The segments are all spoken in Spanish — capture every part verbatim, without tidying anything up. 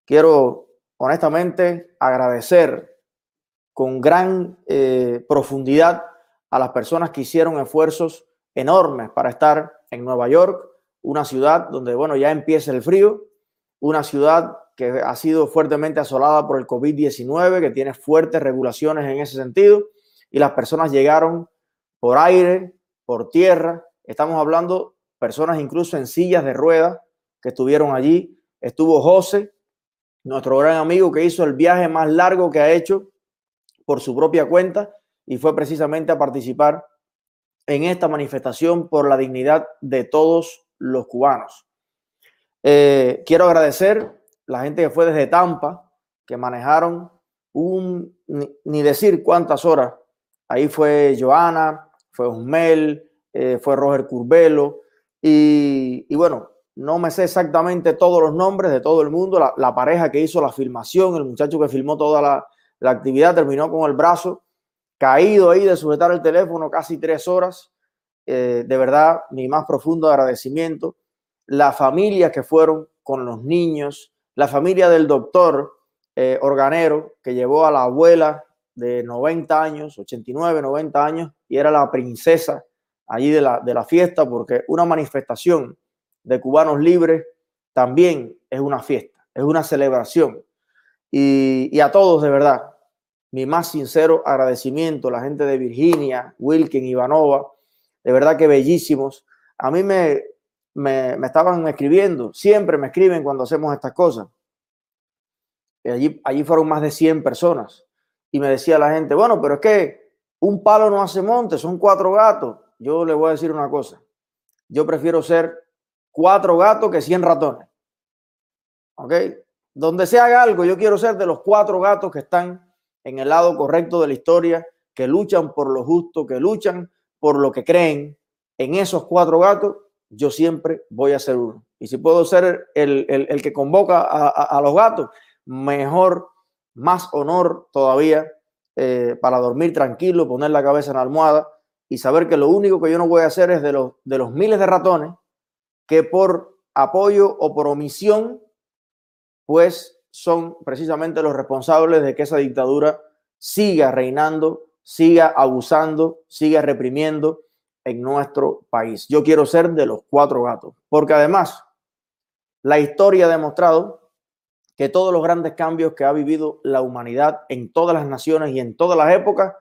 quiero honestamente agradecer con gran eh, profundidad a las personas que hicieron esfuerzos enormes para estar en Nueva York, una ciudad donde, bueno, ya empieza el frío, una ciudad que ha sido fuertemente asolada por el COVID diecinueve, que tiene fuertes regulaciones en ese sentido, y las personas llegaron por aire, por tierra. Estamos hablando personas incluso en sillas de ruedas que estuvieron allí. Estuvo José, nuestro gran amigo, que hizo el viaje más largo que ha hecho por su propia cuenta y fue precisamente a participar en esta manifestación por la dignidad de todos los cubanos. Eh, quiero agradecer la gente que fue desde Tampa, que manejaron un, ni, ni decir cuántas horas. Ahí fue Joana, fue Osmel, eh, fue Roger Curbelo y, y bueno, no me sé exactamente todos los nombres de todo el mundo. La, la pareja que hizo la filmación, el muchacho que filmó toda la, la actividad, terminó con el brazo caído ahí de sujetar el teléfono casi tres horas. Eh, de verdad, mi más profundo agradecimiento. Las familias que fueron con los niños, la familia del doctor eh, Organero, que llevó a la abuela de noventa años, ochenta y nueve, noventa años, y era la princesa allí de la, de la fiesta, porque una manifestación de cubanos libres también es una fiesta, es una celebración. Y, y a todos, de verdad, mi más sincero agradecimiento, la gente de Virginia, Wilkin, Ivanova, de verdad que bellísimos. A mí me, me, me estaban escribiendo, siempre me escriben cuando hacemos estas cosas. Y allí, allí fueron más de cien personas. Y me decía la gente, bueno, pero es que un palo no hace monte, son cuatro gatos. Yo le voy a decir una cosa, yo prefiero ser cuatro gatos que cien ratones. ¿Ok? Donde se haga algo, yo quiero ser de los cuatro gatos que están en el lado correcto de la historia, que luchan por lo justo, que luchan por lo que creen. En esos cuatro gatos, yo siempre voy a ser uno. Y si puedo ser el, el, el que convoca a, a, a los gatos, mejor, más honor todavía, eh, para dormir tranquilo, poner la cabeza en la almohada y saber que lo único que yo no voy a hacer es de los, de los miles de ratones que por apoyo o por omisión, pues son precisamente los responsables de que esa dictadura siga reinando, siga abusando, siga reprimiendo en nuestro país. Yo quiero ser de los cuatro gatos, porque además la historia ha demostrado que todos los grandes cambios que ha vivido la humanidad en todas las naciones y en todas las épocas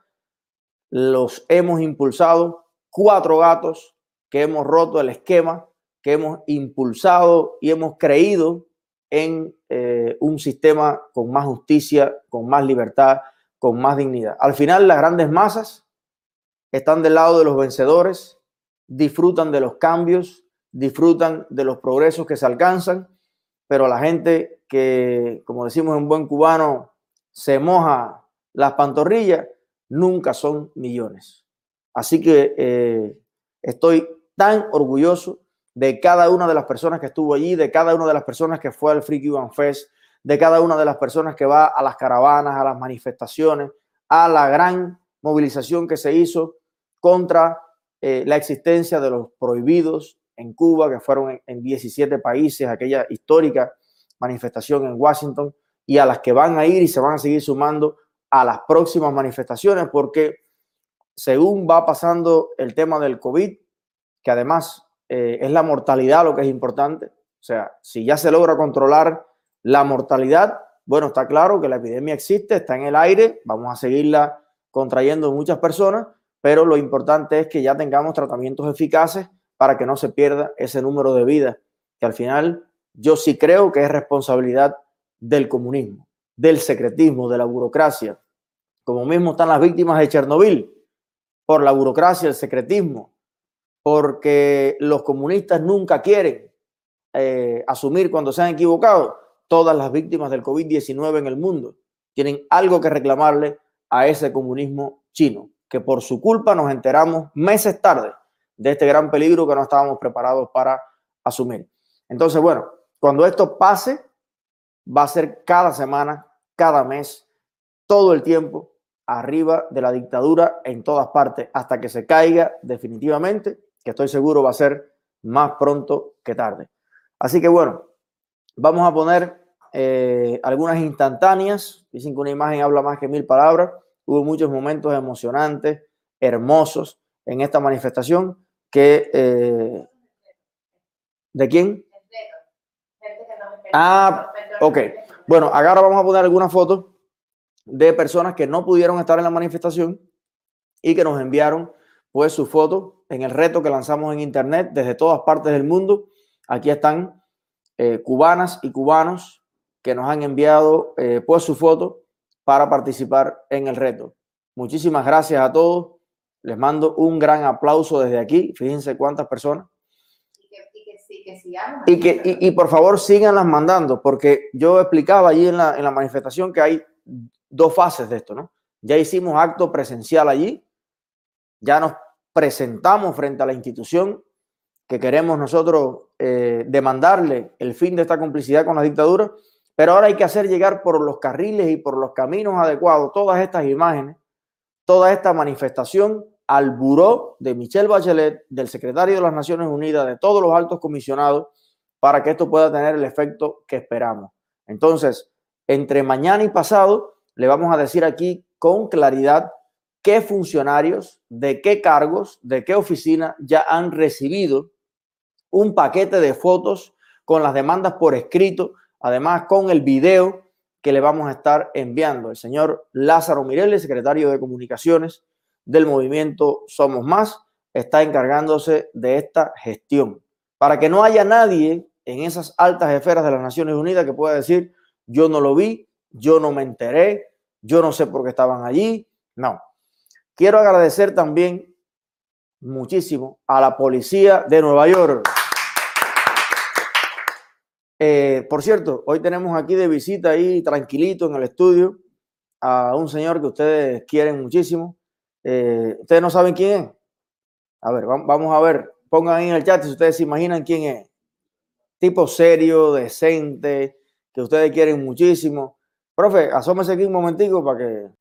los hemos impulsado cuatro gatos que hemos roto el esquema, que hemos impulsado y hemos creído en eh, un sistema con más justicia, con más libertad, con más dignidad. Al final, las grandes masas están del lado de los vencedores, disfrutan de los cambios, disfrutan de los progresos que se alcanzan, pero la gente que, como decimos en buen cubano, se moja las pantorrillas, nunca son millones. Así que eh, estoy tan orgulloso de cada una de las personas que estuvo allí, de cada una de las personas que fue al Free Cuban Fest, de cada una de las personas que va a las caravanas, a las manifestaciones, a la gran movilización que se hizo contra eh, la existencia de los prohibidos en Cuba, que fueron en, en diecisiete países, aquella histórica manifestación en Washington, y a las que van a ir y se van a seguir sumando a las próximas manifestaciones, porque según va pasando el tema del COVID, que además eh, es la mortalidad lo que es importante, o sea, si ya se logra controlar la mortalidad, bueno, está claro que la epidemia existe, está en el aire, vamos a seguirla contrayendo muchas personas, pero lo importante es que ya tengamos tratamientos eficaces para que no se pierda ese número de vidas, que al final yo sí creo que es responsabilidad del comunismo, del secretismo, de la burocracia, como mismo están las víctimas de Chernobyl, por la burocracia, el secretismo, porque los comunistas nunca quieren eh, asumir cuando se han equivocado. Todas las víctimas del COVID diecinueve en el mundo tienen algo que reclamarle a ese comunismo chino, que por su culpa nos enteramos meses tarde de este gran peligro que no estábamos preparados para asumir. Entonces, bueno, cuando esto pase, va a ser cada semana, cada mes, todo el tiempo, arriba de la dictadura en todas partes, hasta que se caiga definitivamente, que estoy seguro va a ser más pronto que tarde. Así que bueno, vamos a poner eh, algunas instantáneas. Dicen que una imagen habla más que mil palabras. Hubo muchos momentos emocionantes, hermosos en esta manifestación. Que, eh, ¿de quién? Ah, ok. Bueno, ahora vamos a poner algunas fotos de personas que no pudieron estar en la manifestación y que nos enviaron pues su foto en el reto que lanzamos en internet desde todas partes del mundo. Aquí están eh, cubanas y cubanos que nos han enviado eh, pues su foto para participar en el reto. Muchísimas gracias a todos. Les mando un gran aplauso desde aquí. Fíjense cuántas personas. Y que, y, y por favor síganlas mandando, porque yo explicaba allí en la, en la manifestación que hay dos fases de esto, ¿no? Ya hicimos acto presencial allí, ya nos presentamos frente a la institución que queremos nosotros eh, demandarle el fin de esta complicidad con la dictadura, pero ahora hay que hacer llegar por los carriles y por los caminos adecuados todas estas imágenes, toda esta manifestación al buró de Michelle Bachelet, del secretario de las Naciones Unidas, de todos los altos comisionados, para que esto pueda tener el efecto que esperamos. Entonces, entre mañana y pasado, le vamos a decir aquí con claridad qué funcionarios, de qué cargos, de qué oficina ya han recibido un paquete de fotos con las demandas por escrito, además con el video que le vamos a estar enviando. El señor Lázaro Mireles, secretario de Comunicaciones del movimiento Somos Más, está encargándose de esta gestión para que no haya nadie en esas altas esferas de las Naciones Unidas que pueda decir yo no lo vi, yo no me enteré, yo no sé por qué estaban allí. No. Quiero agradecer también muchísimo a la policía de Nueva York. Eh, por cierto, hoy tenemos aquí de visita ahí tranquilito en el estudio a un señor que ustedes quieren muchísimo. Eh, ¿Ustedes no saben quién es? A ver, vamos a ver. Pongan ahí en el chat si ustedes se imaginan quién es. Tipo serio, decente, que ustedes quieren muchísimo. Profe, asómese aquí un momentico para que...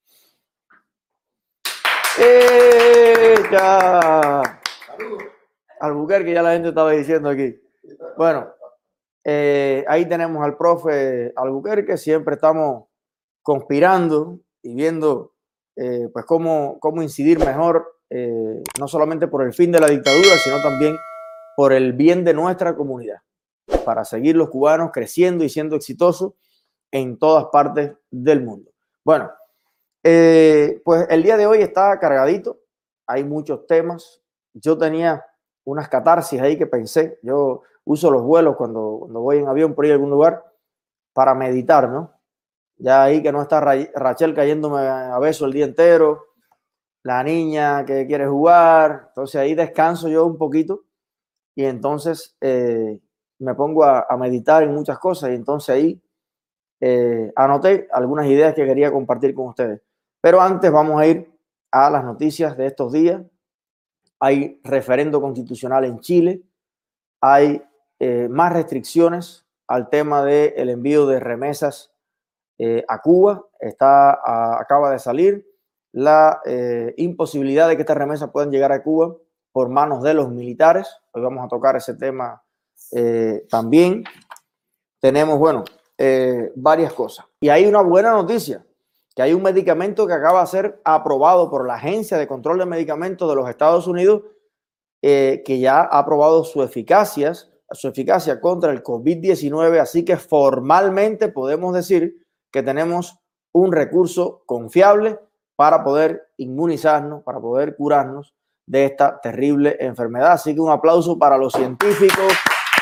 ¡Eh, ya! Albuquerque, ya la gente estaba diciendo aquí. Bueno, eh, ahí tenemos al profe Albuquerque. Siempre estamos conspirando y viendo eh, pues cómo, cómo incidir mejor, eh, no solamente por el fin de la dictadura, sino también por el bien de nuestra comunidad, para seguir los cubanos creciendo y siendo exitosos en todas partes del mundo. Bueno, eh, pues el día de hoy está cargadito, hay muchos temas. Yo tenía unas catarsis ahí que pensé, yo uso los vuelos cuando, cuando voy en avión por ir a algún lugar para meditar, ¿no? Ya ahí que no está Rachel cayéndome a beso el día entero, la niña que quiere jugar, entonces ahí descanso yo un poquito y entonces eh, me pongo a, a meditar en muchas cosas y entonces ahí eh, anoté algunas ideas que quería compartir con ustedes. Pero antes vamos a ir a las noticias de estos días. Hay referendo constitucional en Chile, hay eh, más restricciones al tema del envío de remesas Eh, a Cuba. Está, a, acaba de salir la eh, imposibilidad de que estas remesas puedan llegar a Cuba por manos de los militares. Hoy vamos a tocar ese tema eh, también. Tenemos, bueno, eh, varias cosas. Y hay una buena noticia, que hay un medicamento que acaba de ser aprobado por la Agencia de Control de Medicamentos de los Estados Unidos, eh, que ya ha aprobado su eficacia, su eficacia contra el COVID diecinueve. Así que formalmente podemos decir que tenemos un recurso confiable para poder inmunizarnos, para poder curarnos de esta terrible enfermedad. Así que un aplauso para los científicos,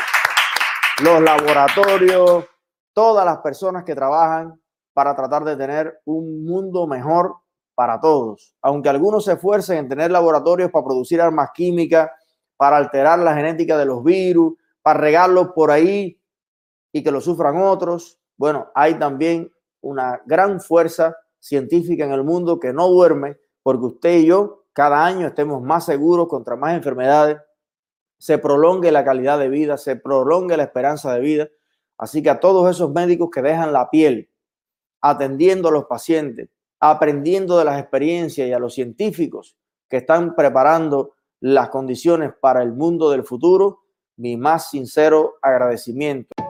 los laboratorios, todas las personas que trabajan para tratar de tener un mundo mejor para todos. Aunque algunos se esfuercen en tener laboratorios para producir armas químicas, para alterar la genética de los virus, para regarlos por ahí y que lo sufran otros. Bueno, hay también una gran fuerza científica en el mundo que no duerme porque usted y yo cada año estemos más seguros contra más enfermedades, se prolongue la calidad de vida, se prolongue la esperanza de vida. Así que a todos esos médicos que dejan la piel atendiendo a los pacientes, aprendiendo de las experiencias, y a los científicos que están preparando las condiciones para el mundo del futuro, mi más sincero agradecimiento.